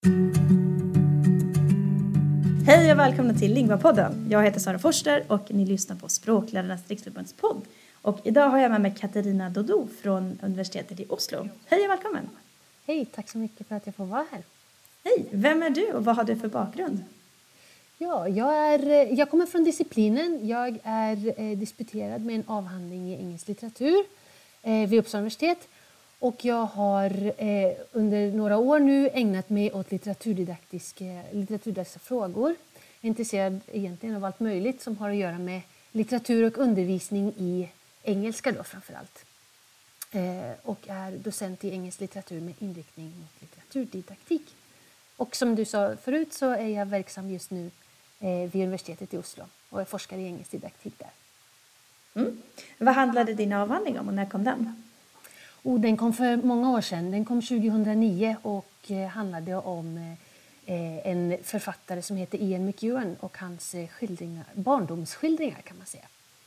Hej och välkomna till Lingvapodden. Jag heter Sara Forster och ni lyssnar på Språklärarnas riksförbunds podd. Och idag har jag med mig Katarina Dodo från universitetet i Oslo. Hej och välkommen. Hej, tack så mycket för att jag får vara här. Hej, vem är du och vad har du för bakgrund? Ja, jag kommer från disciplinen. Jag är disputerad med en avhandling i engelsk litteratur vid Uppsala universitet. Och jag har under några år nu ägnat mig åt litteraturdidaktiska frågor. Jag är intresserad egentligen av allt möjligt som har att göra med litteratur och undervisning i engelska då framförallt. Och är docent i engelsk litteratur med inriktning mot litteraturdidaktik. Och som du sa förut så är jag verksam just nu vid universitetet i Oslo och är forskare i engelsk didaktik där. Vad handlade din avhandling om och när kom den? Den kom för många år sedan. Den kom 2009 och handlade om en författare som heter Ian McEwan och hans barndomsskildringar kan man säga.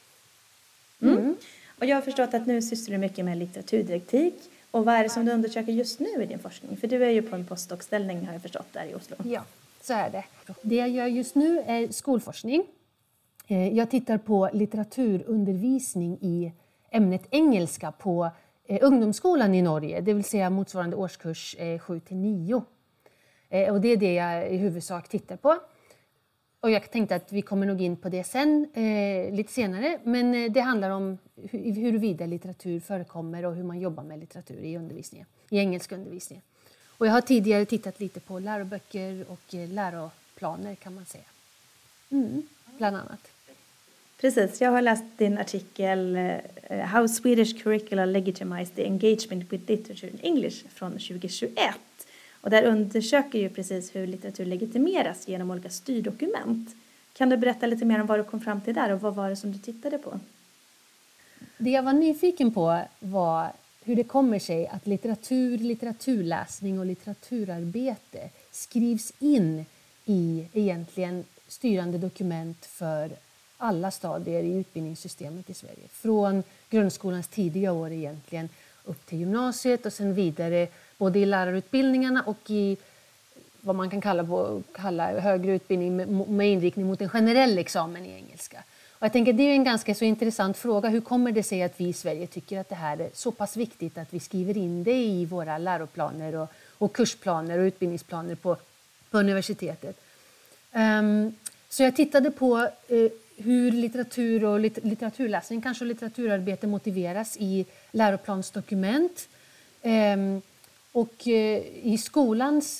Och jag har förstått att nu sysslar du mycket med litteraturdidaktik. Och vad är det som du undersöker just nu i din forskning? För du är ju på en postdoc-ställning har jag förstått där i Oslo. Ja, så är det. Det jag gör just nu är skolforskning. Jag tittar på litteraturundervisning i ämnet engelska på ungdomsskolan i Norge, det vill säga motsvarande årskurs 7-9. Och det är det jag i huvudsak tittar på. Och jag tänkte att vi kommer nog in på det sen, lite senare. Men det handlar om huruvida litteratur förekommer och hur man jobbar med litteratur i undervisningen, i engelska undervisningen. Och jag har tidigare tittat lite på läroböcker och läroplaner kan man säga. Bland annat. Precis, jag har läst din artikel How Swedish Curricula Legitimize the Engagement with Literature in English från 2021. Och där undersöker ju precis hur litteratur legitimeras genom olika styrdokument. Kan du berätta lite mer om vad du kom fram till där och vad var det som du tittade på? Det jag var nyfiken på var hur det kommer sig att litteraturläsning och litteraturarbete skrivs in i egentligen styrande dokument för alla stadier i utbildningssystemet i Sverige. Från grundskolans tidiga år egentligen upp till gymnasiet och sen vidare både i lärarutbildningarna och i vad man kan kalla högre utbildning med inriktning mot en generell examen i engelska. Och jag tänker att det är en ganska så intressant fråga. Hur kommer det sig att vi i Sverige tycker att det här är så pass viktigt att vi skriver in det i våra läroplaner och kursplaner och utbildningsplaner på universitetet? Så jag tittade på hur litteratur och litteraturläsning, kanske litteraturarbete motiveras i läroplansdokument. Och i skolans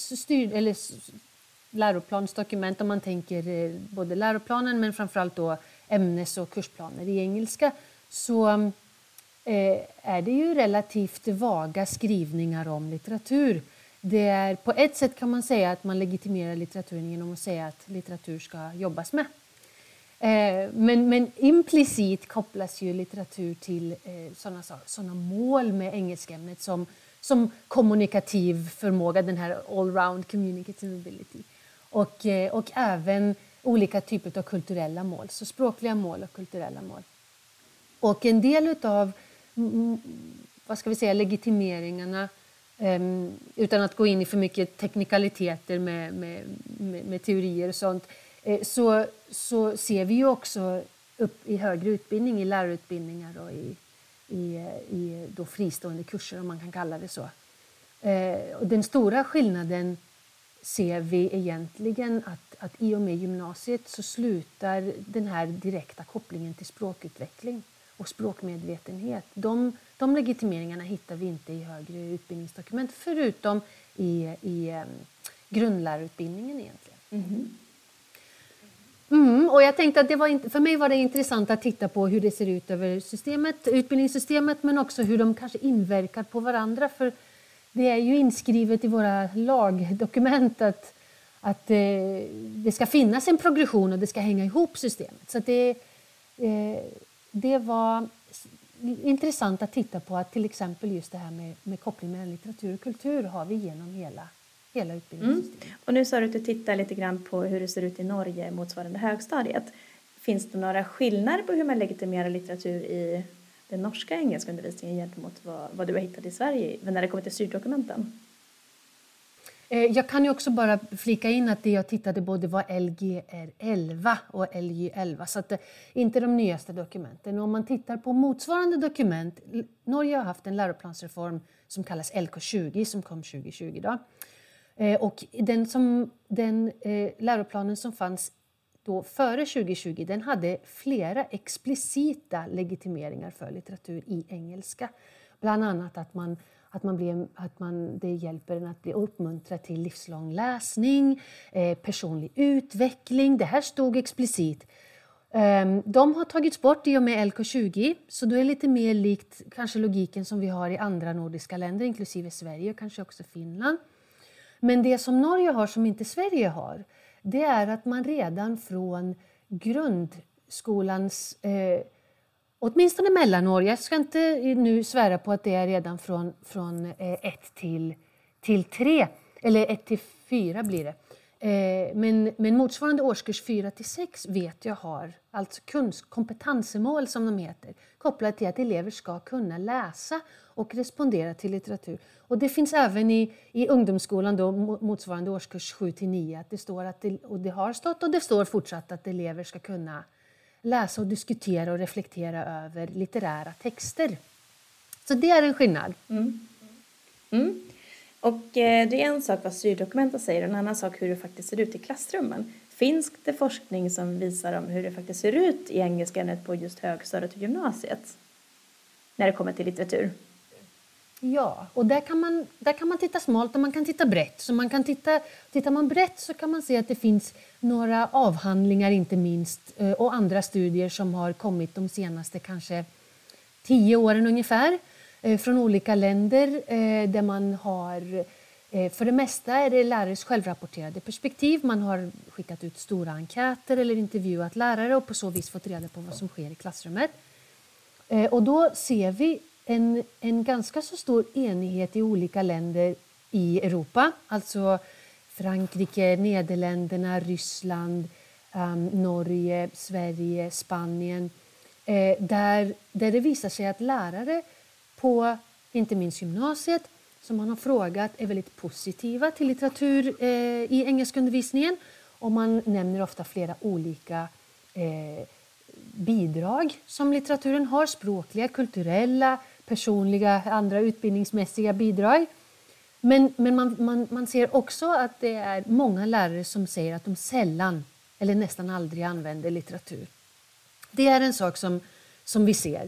läroplansdokument, om man tänker både läroplanen men framförallt då ämnes- och kursplaner i engelska, så är det ju relativt vaga skrivningar om litteratur. Det är, på ett sätt kan man säga att man legitimerar litteraturen genom att säga att litteratur ska jobbas med. Men implicit kopplas ju litteratur till sådana mål med engelskämnet som kommunikativ förmåga, den här all-round communicative ability. Och även olika typer av kulturella mål, så språkliga mål och kulturella mål. Och en del av legitimeringarna, utan att gå in i för mycket teknikaliteter med teorier och sånt, så ser vi ju också upp i högre utbildning, i lärarutbildningar och i då fristående kurser, om man kan kalla det så. Och den stora skillnaden ser vi egentligen att i och med gymnasiet så slutar den här direkta kopplingen till språkutveckling och språkmedvetenhet. De legitimeringarna hittar vi inte i högre utbildningsdokument förutom i grundlärarutbildningen egentligen. Och jag tänkte att för mig var det intressant att titta på hur det ser ut över utbildningssystemet, men också hur de kanske inverkar på varandra. För det är ju inskrivet i våra lagdokument att det ska finnas en progression och det ska hänga ihop systemet. Så att det var intressant att titta på att till exempel just det här med koppling mellan litteratur och kultur har vi genom hela utbildningssystemet. Och nu sa du att du tittar lite grann på hur det ser ut i Norge motsvarande högstadiet. Finns det några skillnader på hur man legitimerar litteratur i den norska engelskundervisningen gentemot vad du har hittat i Sverige när det kommer till styrdokumenten? Jag kan ju också bara flika in att det jag tittade på det var Lgr 11 och Lgy 11. Så att inte de nyaste dokumenten. Och om man tittar på motsvarande dokument. Norge har haft en läroplansreform som kallas LK20 som kom 2020. Då. Och den läroplanen som fanns då före 2020 den hade flera explicita legitimeringar för litteratur i engelska. Bland annat det hjälper en att bli uppmuntrad till livslång läsning, personlig utveckling. Det här stod explicit. De har tagits bort i och med LK20, så då är det lite mer likt kanske logiken som vi har i andra nordiska länder, inklusive Sverige och kanske också Finland. Men det som Norge har som inte Sverige har, det är att man redan från grundskolans åtminstone Mellanår, jag ska inte nu svära på att det är redan från 1 till 3, eller 1 till 4 blir det. Men motsvarande årskurs 4 till 6 vet jag har, alltså kompetensemål som de heter, kopplat till att elever ska kunna läsa och respondera till litteratur. Och det finns även i ungdomsskolan då, motsvarande årskurs 7 till 9, att det står och det har stått och det står fortsatt att elever ska kunna läsa och diskutera och reflektera över litterära texter. Så det är en skillnad. Och det är en sak vad styrdokumenten säger och en annan sak hur det faktiskt ser ut i klassrummen. Finns det forskning som visar om hur det faktiskt ser ut i engelska ämnet på just högstadiet och gymnasiet när det kommer till litteratur? Ja, och där kan man titta smalt och man kan titta brett. Så tittar man brett så kan man se att det finns några avhandlingar inte minst och andra studier som har kommit de senaste kanske 10 åren ungefär från olika länder där man har, för det mesta är det lärares självrapporterade perspektiv. Man har skickat ut stora enkäter eller intervjuat lärare och på så vis fått reda på vad som sker i klassrummet. Och då ser vi en ganska så stor enighet i olika länder i Europa. Alltså Frankrike, Nederländerna, Ryssland, Norge, Sverige, Spanien. Där det visar sig att lärare på inte minst gymnasiet som man har frågat är väldigt positiva till litteratur i engelskundervisningen. Och man nämner ofta flera olika bidrag som litteraturen har. Språkliga, kulturella, personliga, andra utbildningsmässiga bidrag. Men man ser också att det är många lärare som säger att de sällan eller nästan aldrig använder litteratur. Det är en sak som vi ser.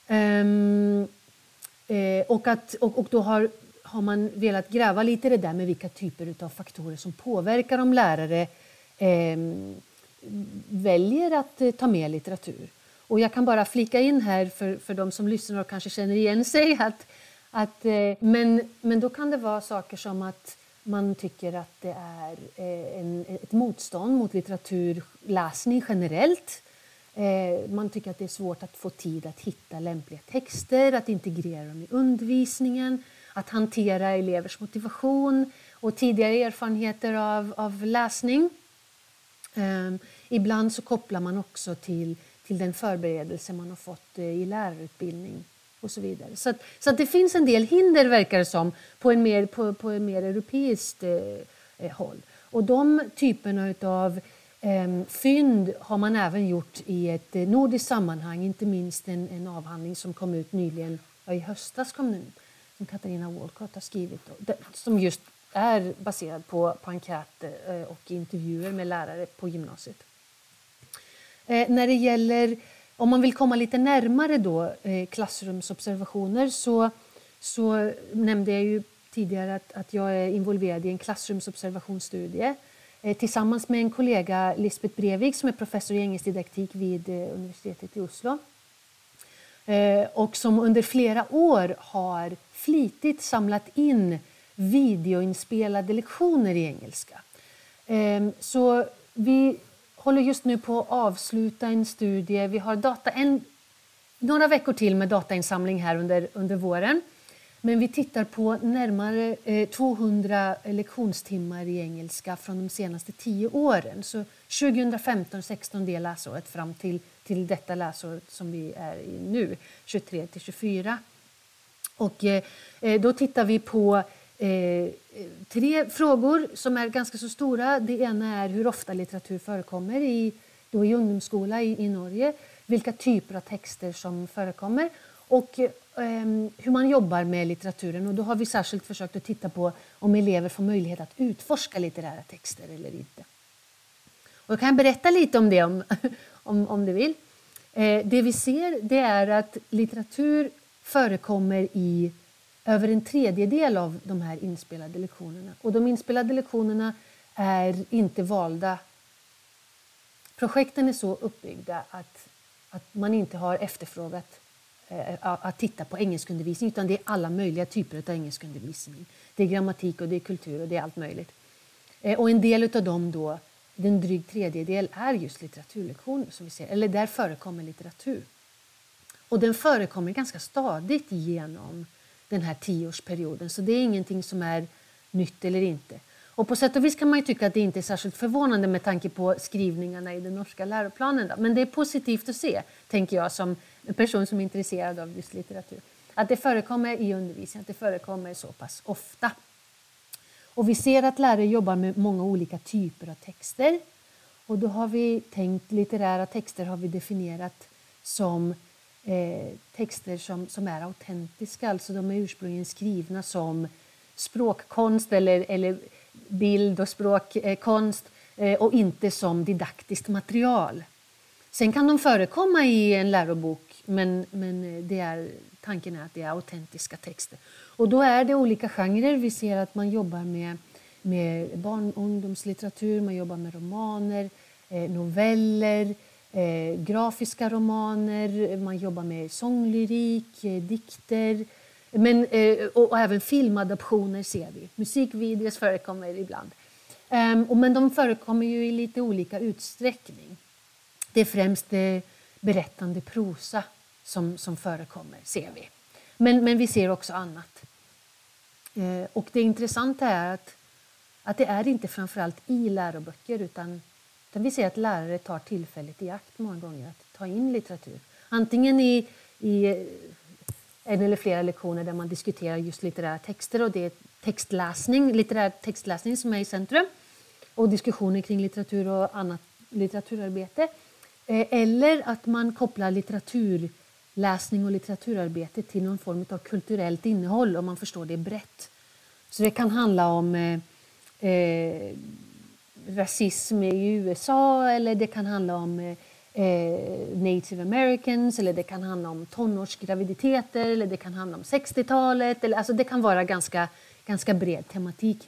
Och då har man velat gräva lite det där med vilka typer av faktorer som påverkar om lärare väljer att ta med litteratur. Och jag kan bara flika in här för de som lyssnar och kanske känner igen sig men då kan det vara saker som att man tycker att det är ett motstånd mot litteraturläsning generellt. Man tycker att det är svårt att få tid att hitta lämpliga texter, att integrera dem i undervisningen, att hantera elevers motivation och tidigare erfarenheter av läsning. Ibland så kopplar man också till den förberedelse man har fått i lärarutbildning och så vidare. Så att det finns en del hinder verkar det som på en mer europeiskt håll. Och de typerna av fynd har man även gjort i ett nordiskt sammanhang, inte minst en avhandling som kom ut nyligen, i höstas kom den, som Katarina Walcott har skrivit, som just är baserad på enkät och intervjuer med lärare på gymnasiet. När det gäller, om man vill komma lite närmare då, klassrumsobservationer så nämnde jag ju tidigare att jag är involverad i en klassrumsobservationsstudie tillsammans med en kollega, Lisbeth Brevik, som är professor i engelsk didaktik vid universitetet i Oslo. Och som under flera år har flitigt samlat in videoinspelade lektioner i engelska. Så vi håller just nu på att avsluta en studie. Vi har några veckor till med datainsamling här under våren. Men vi tittar på närmare 200 lektionstimmar i engelska från de senaste 10 åren. Så 2015-16 det läsåret fram till detta läsår som vi är i nu, 23-24. Och då tittar vi på 3 frågor som är ganska så stora. Det ena är hur ofta litteratur förekommer i ungdomsskola i Norge. Vilka typer av texter som förekommer och hur man jobbar med litteraturen. Och då har vi särskilt försökt att titta på om elever får möjlighet att utforska litterära texter eller inte. Och jag kan berätta lite om det om du vill. Det vi ser det är att litteratur förekommer i över en tredjedel av de här inspelade lektionerna. Och de inspelade lektionerna är inte valda. Projekten är så uppbyggda att man inte har efterfrågat att titta på engelskundervisning, utan det är alla möjliga typer av engelskundervisning. Det är grammatik och det är kultur och det är allt möjligt. Och en del av dem då, den dryg tredjedel, är just litteraturlektioner som vi ser. Eller där förekommer litteratur. Och den förekommer ganska stadigt genom den här 10-årsperioden. Så det är ingenting som är nytt eller inte. Och på sätt och vis kan man ju tycka att det inte är särskilt förvånande med tanke på skrivningarna i den norska läroplanen. Men det är positivt att se, tänker jag, som en person som är intresserad av just litteratur. Att det förekommer i undervisningen, att det förekommer så pass ofta. Och vi ser att lärare jobbar med många olika typer av texter. Och då har vi tänkt, litterära texter har vi definierat som texter som är autentiska. Alltså de är ursprungligen skrivna som språkkonst eller bild- och språkkonst och inte som didaktiskt material. Sen kan de förekomma i en lärobok, men tanken är att det är autentiska texter. Och då är det olika genrer. Vi ser att man jobbar med barn- och ungdomslitteratur, man jobbar med romaner, noveller, grafiska romaner, man jobbar med sånglyrik, dikter, och även filmadaptioner ser vi. Musikvideos förekommer ibland. Men de förekommer ju i lite olika utsträckning. Det är främst berättande prosa som förekommer, ser vi. Men vi ser också annat. Och det intressanta är att det är inte framförallt i läroböcker utan vi ser att lärare tar tillfället i akt många gånger att ta in litteratur. Antingen i en eller flera lektioner där man diskuterar just litterära texter och det är litterär textläsning som är i centrum och diskussioner kring litteratur och annat litteraturarbete. Eller att man kopplar litteraturläsning och litteraturarbete till någon form av kulturellt innehåll om man förstår det brett. Så det kan handla om rasism i USA eller det kan handla om Native Americans eller det kan handla om tonårsgraviditeter eller det kan handla om 60-talet. Alltså det kan vara ganska bred tematik.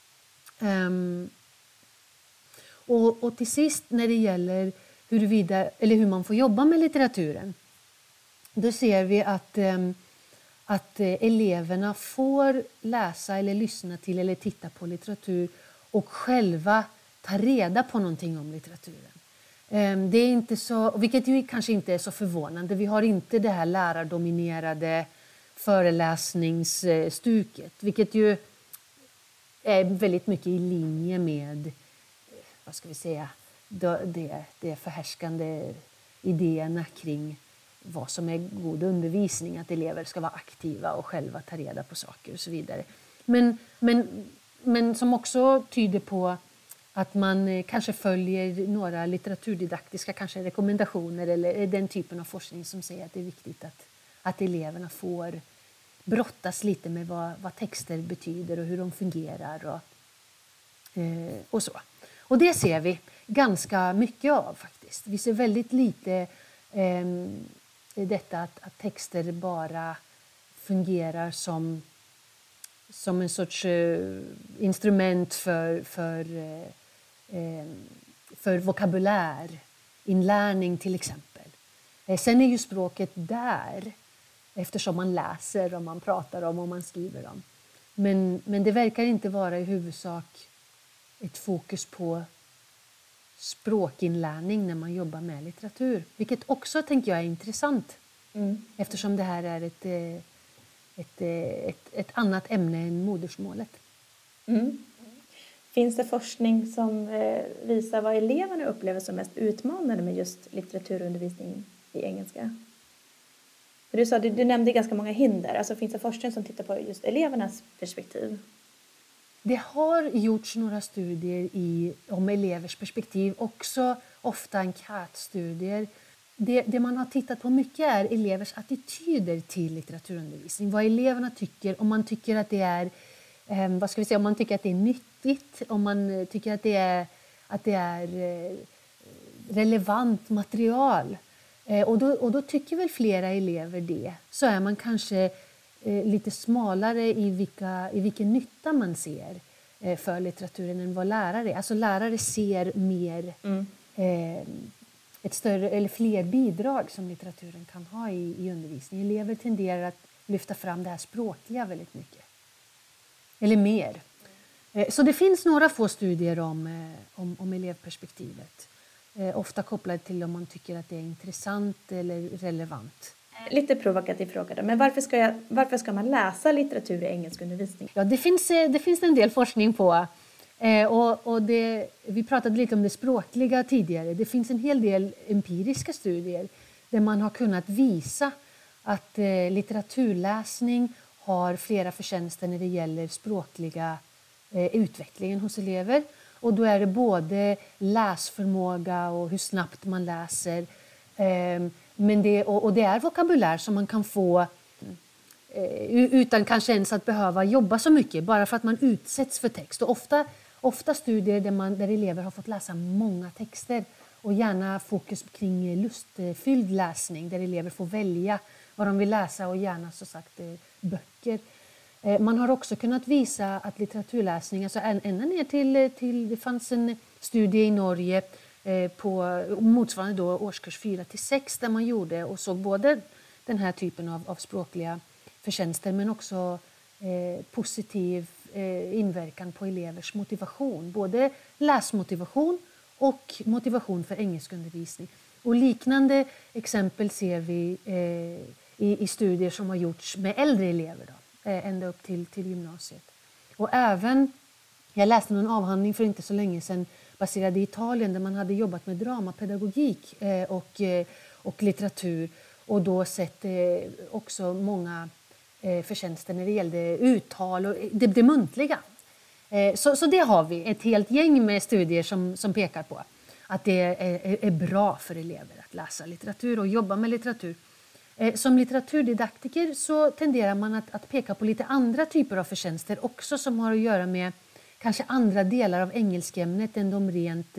Och till sist när det gäller hur man får jobba med litteraturen, då ser vi att eleverna får läsa eller lyssna till eller titta på litteratur och själva ta reda på någonting om litteraturen. Det är inte så, vilket ju kanske inte är så förvånande. Vi har inte det här lärardominerade föreläsningsstuket, vilket ju är väldigt mycket i linje med, vad ska vi säga, det förhärskande idéerna kring vad som är god undervisning, att elever ska vara aktiva och själva ta reda på saker och så vidare. Men som också tyder på att man kanske följer några litteraturdidaktiska kanske rekommendationer eller den typen av forskning som säger att det är viktigt att eleverna får brottas lite med vad texter betyder och hur de fungerar och så. Och det ser vi ganska mycket av faktiskt. Vi ser väldigt lite detta att texter bara fungerar som en sorts instrument för vokabulärinlärning till exempel. Sen är ju språket där eftersom man läser och man pratar om och man skriver om. Men det verkar inte vara i huvudsak ett fokus på språkinlärning när man jobbar med litteratur. Vilket också tänker jag är intressant. Eftersom det här är ett annat ämne än modersmålet. Finns det forskning som visar vad eleverna upplever som mest utmanande med just litteraturundervisning i engelska? För du nämnde ganska många hinder. Alltså finns det forskning som tittar på just elevernas perspektiv? Det har gjorts några studier om elevers perspektiv, också ofta enkätstudier. Det man har tittat på mycket är elevers attityder till litteraturundervisning. Vad eleverna tycker, om man tycker att det är om man tycker att det är nyttigt, om man tycker att det är relevant material. Och då tycker väl flera elever det. Så är man kanske lite smalare i vilken nytta man ser för litteraturen än vad lärare är. Alltså lärare ser mer ett större eller fler bidrag som litteraturen kan ha i undervisning. Elever tenderar att lyfta fram det här språkliga väldigt mycket. Eller mer. Så det finns några få studier om elevperspektivet. Ofta kopplade till om man tycker att det är intressant eller relevant. Lite provokativ fråga då. Men varför ska man läsa litteratur i engelskundervisning? Ja, det finns en del forskning på. Vi pratade lite om det språkliga tidigare. Det finns en hel del empiriska studier där man har kunnat visa att litteraturläsning har flera förtjänster när det gäller språkliga utvecklingen hos elever. Och då är det både läsförmåga och hur snabbt man läser. Men det är vokabulär som man kan få utan kanske ens att behöva jobba så mycket. Bara för att man utsätts för text. Och ofta studier där elever har fått läsa många texter. Och gärna fokus kring lustfylld läsning. Där elever får välja vad de vill läsa och gärna så sagt böcker. Man har också kunnat visa att litteraturläsning, alltså ända ner till det fanns en studie i Norge på motsvarande då årskurs 4-6 där man gjorde och såg både den här typen av språkliga förtjänster men också positiv inverkan på elevers motivation. Både läsmotivation och motivation för engelskundervisning. Och liknande exempel ser vi i studier som har gjorts med äldre elever då, ända upp till gymnasiet. Och även, jag läste någon avhandling för inte så länge sedan baserad i Italien där man hade jobbat med dramapedagogik och litteratur och då sett också många förtjänster när det gällde uttal och det muntliga. Så det har vi ett helt gäng med studier som pekar på att det är bra för elever att läsa litteratur och jobba med litteratur. Som litteraturdidaktiker så tenderar man att peka på lite andra typer av förtjänster också som har att göra med kanske andra delar av engelskämnet än de rent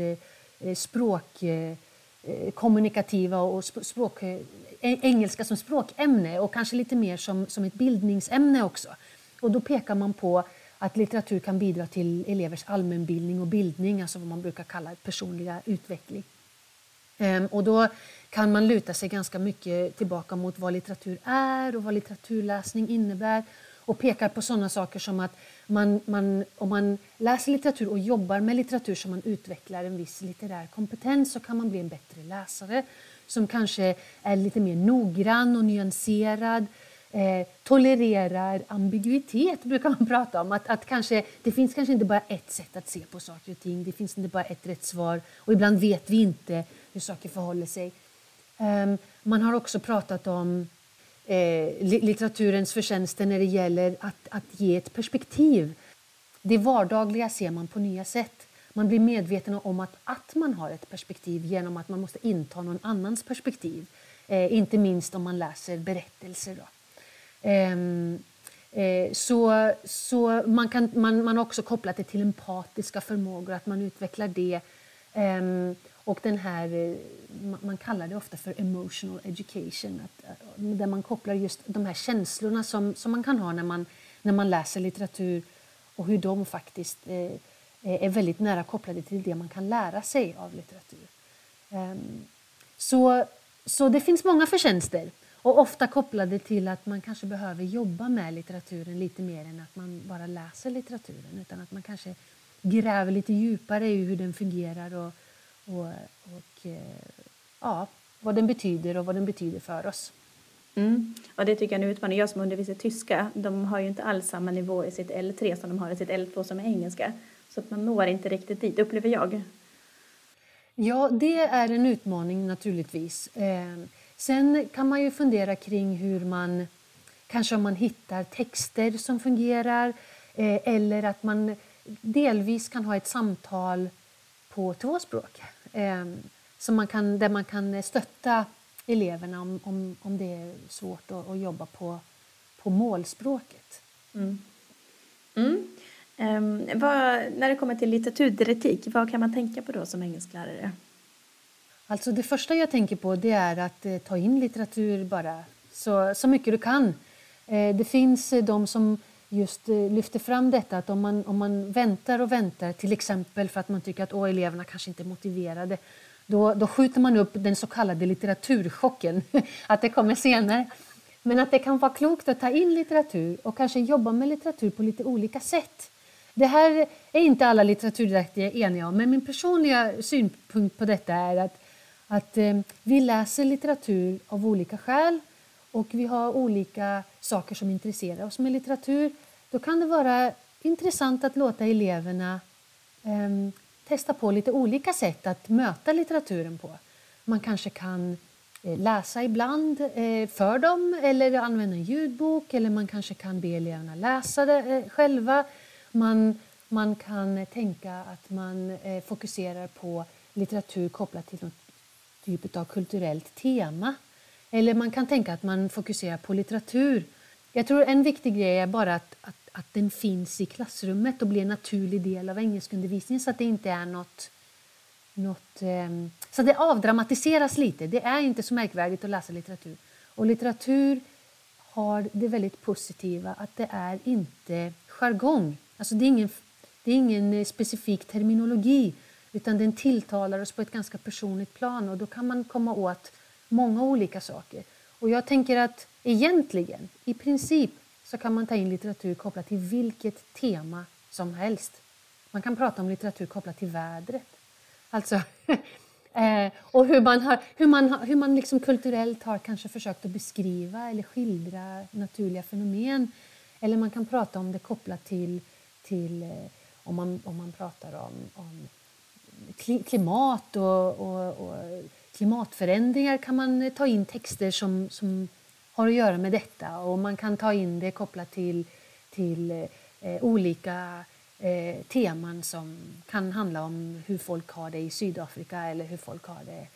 språkkommunikativa och engelska som språkämne och kanske lite mer som ett bildningsämne också. Och då pekar man på att litteratur kan bidra till elevers allmänbildning och bildning, alltså vad man brukar kalla personliga utveckling. Och då kan man luta sig ganska mycket tillbaka mot vad litteratur är och vad litteraturläsning innebär och pekar på sådana saker som att om man läser litteratur och jobbar med litteratur som man utvecklar en viss litterär kompetens så kan man bli en bättre läsare som kanske är lite mer noggrann och nyanserad, tolererar ambiguitet brukar man prata om. Att det finns kanske inte bara ett sätt att se på saker och ting, det finns inte bara ett rätt svar och ibland vet vi inte hur saker förhåller sig. Man har också pratat om litteraturens förtjänster när det gäller att ge ett perspektiv. Det vardagliga ser man på nya sätt. Man blir medveten om att man har ett perspektiv genom att man måste inta någon annans perspektiv. Inte minst om man läser berättelser. Då. Så man har också kopplat det till empatiska förmågor, att man utvecklar det. Och den här, man kallar det ofta för emotional education, där man kopplar just de här känslorna som man kan ha när man läser litteratur och hur de faktiskt är väldigt nära kopplade till det man kan lära sig av litteratur. Så det finns många förtjänster och ofta kopplade till att man kanske behöver jobba med litteraturen lite mer än att man bara läser litteraturen, utan att man kanske gräver lite djupare i hur den fungerar och vad den betyder och vad den betyder för oss. Och det tycker jag är en utmaning. Jag som undervisar tyska, de har ju inte alls samma nivå i sitt L3 som de har i sitt L2 som är engelska. Så att man når inte riktigt dit, upplever jag. Ja, det är en utmaning naturligtvis. Sen kan man ju fundera kring hur kanske om man hittar texter som fungerar eller att man delvis kan ha ett samtal på 2 språk. Där man kan stötta eleverna om det är svårt att jobba på målspråket. När det kommer till litteraturdirektik, vad kan man tänka på då som engelsklärare? Alltså det första jag tänker på det är att ta in litteratur bara så mycket du kan. Det finns de som just lyfter fram detta att om man väntar och väntar, till exempel för att man tycker att eleverna kanske inte är motiverade, då skjuter man upp den så kallade litteraturchocken, att det kommer senare. Men att det kan vara klokt att ta in litteratur och kanske jobba med litteratur på lite olika sätt. Det här är inte alla litteraturdirektorer eniga om, men min personliga synpunkt på detta är att vi läser litteratur av olika skäl och vi har olika saker som intresserar oss med litteratur. Då kan det vara intressant att låta eleverna testa på lite olika sätt att möta litteraturen på. Man kanske kan läsa ibland för dem eller använda en ljudbok, eller man kanske kan be eleverna läsa det själva. Man kan tänka att man fokuserar på litteratur kopplat till något typ av kulturellt tema. Eller man kan tänka att man fokuserar på litteratur. Jag tror en viktig grej är bara att den finns i klassrummet och blir en naturlig del av engelskundervisningen, så att det inte är något så det avdramatiseras lite. Det är inte så märkvärdigt att läsa litteratur. Och litteratur har det väldigt positiva att det är inte jargong. Alltså det är ingen specifik terminologi, utan den tilltalar oss på ett ganska personligt plan, och då kan man komma åt många olika saker. Och jag tänker att egentligen, i princip, så kan man ta in litteratur kopplat till vilket tema som helst. Man kan prata om litteratur kopplat till vädret. Alltså, och hur man liksom kulturellt har kanske försökt att beskriva eller skildra naturliga fenomen. Eller man kan prata om det kopplat till om man pratar om klimat och klimatförändringar, kan man ta in texter som har att göra med detta. Och man kan ta in det kopplat till olika teman som kan handla om hur folk har det i Sydafrika eller hur folk har det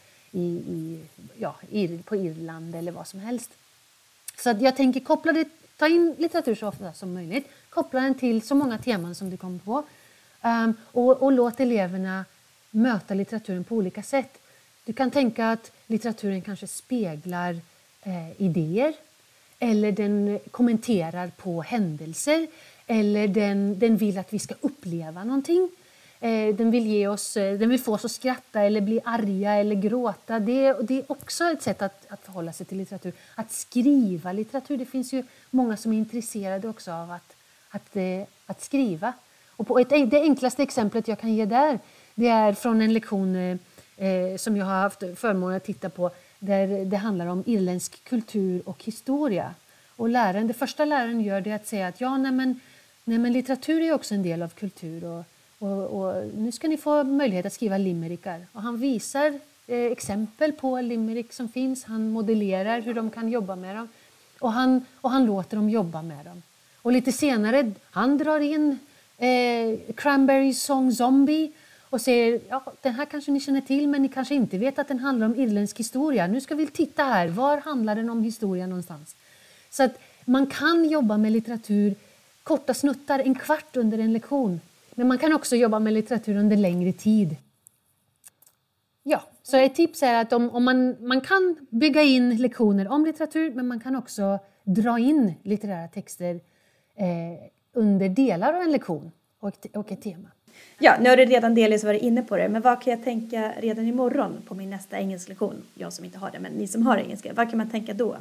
på Irland eller vad som helst. Så att jag tänker ta in litteratur så ofta som möjligt, koppla den till så många teman som du kommer på, och låt eleverna möta litteraturen på olika sätt. Du kan tänka att litteraturen kanske speglar idéer, eller den kommenterar på händelser, eller den vill att vi ska uppleva någonting. Den vill få oss att skratta eller bli arga eller gråta. Det är också ett sätt att förhålla sig till litteratur. Att skriva litteratur. Det finns ju många som är intresserade också av att skriva. Och det enklaste exemplet jag kan ge där, det är från en lektion som jag har haft förmånen att titta på, där det handlar om irländsk kultur och historia. Och det första läraren gör det att säga att nej men litteratur är också en del av kultur, och nu ska ni få möjlighet att skriva limerickar. Och han visar exempel på limerick som finns, han modellerar hur de kan jobba med dem, och han låter dem jobba med dem. Och lite senare, han drar in Cranberries sång Zombie och säger, den här kanske ni känner till, men ni kanske inte vet att den handlar om irländsk historia. Nu ska vi titta här, var handlar den om historia någonstans? Så att man kan jobba med litteratur korta snuttar, en kvart under en lektion. Men man kan också jobba med litteratur under längre tid. Ja, så ett tips är att om man kan bygga in lektioner om litteratur, men man kan också dra in litterära texter under delar av en lektion och ett tema. Ja, nu har du redan delvis varit inne på det, men vad kan jag tänka redan imorgon på min nästa engelsklektion? Jag som inte har det, men ni som har engelska, vad kan man tänka då?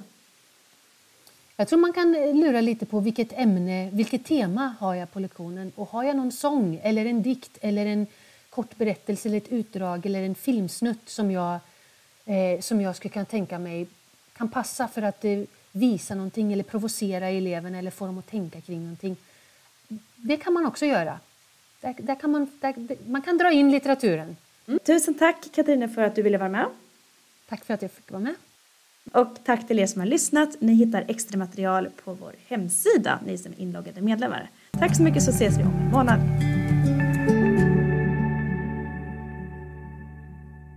Jag tror man kan lura lite på vilket tema har jag på lektionen. Och har jag någon sång eller en dikt eller en kort berättelse eller ett utdrag eller en filmsnutt som jag skulle kunna tänka mig kan passa för att visa någonting eller provocera eleven eller få dem att tänka kring någonting. Det kan man också göra. Man kan dra in litteraturen. Tusen tack Katarina för att du ville vara med. Tack för att jag fick vara med. Och tack till er som har lyssnat. Ni hittar extra material på vår hemsida, ni som är inloggade medlemmar. Tack så mycket, så ses vi om en månad.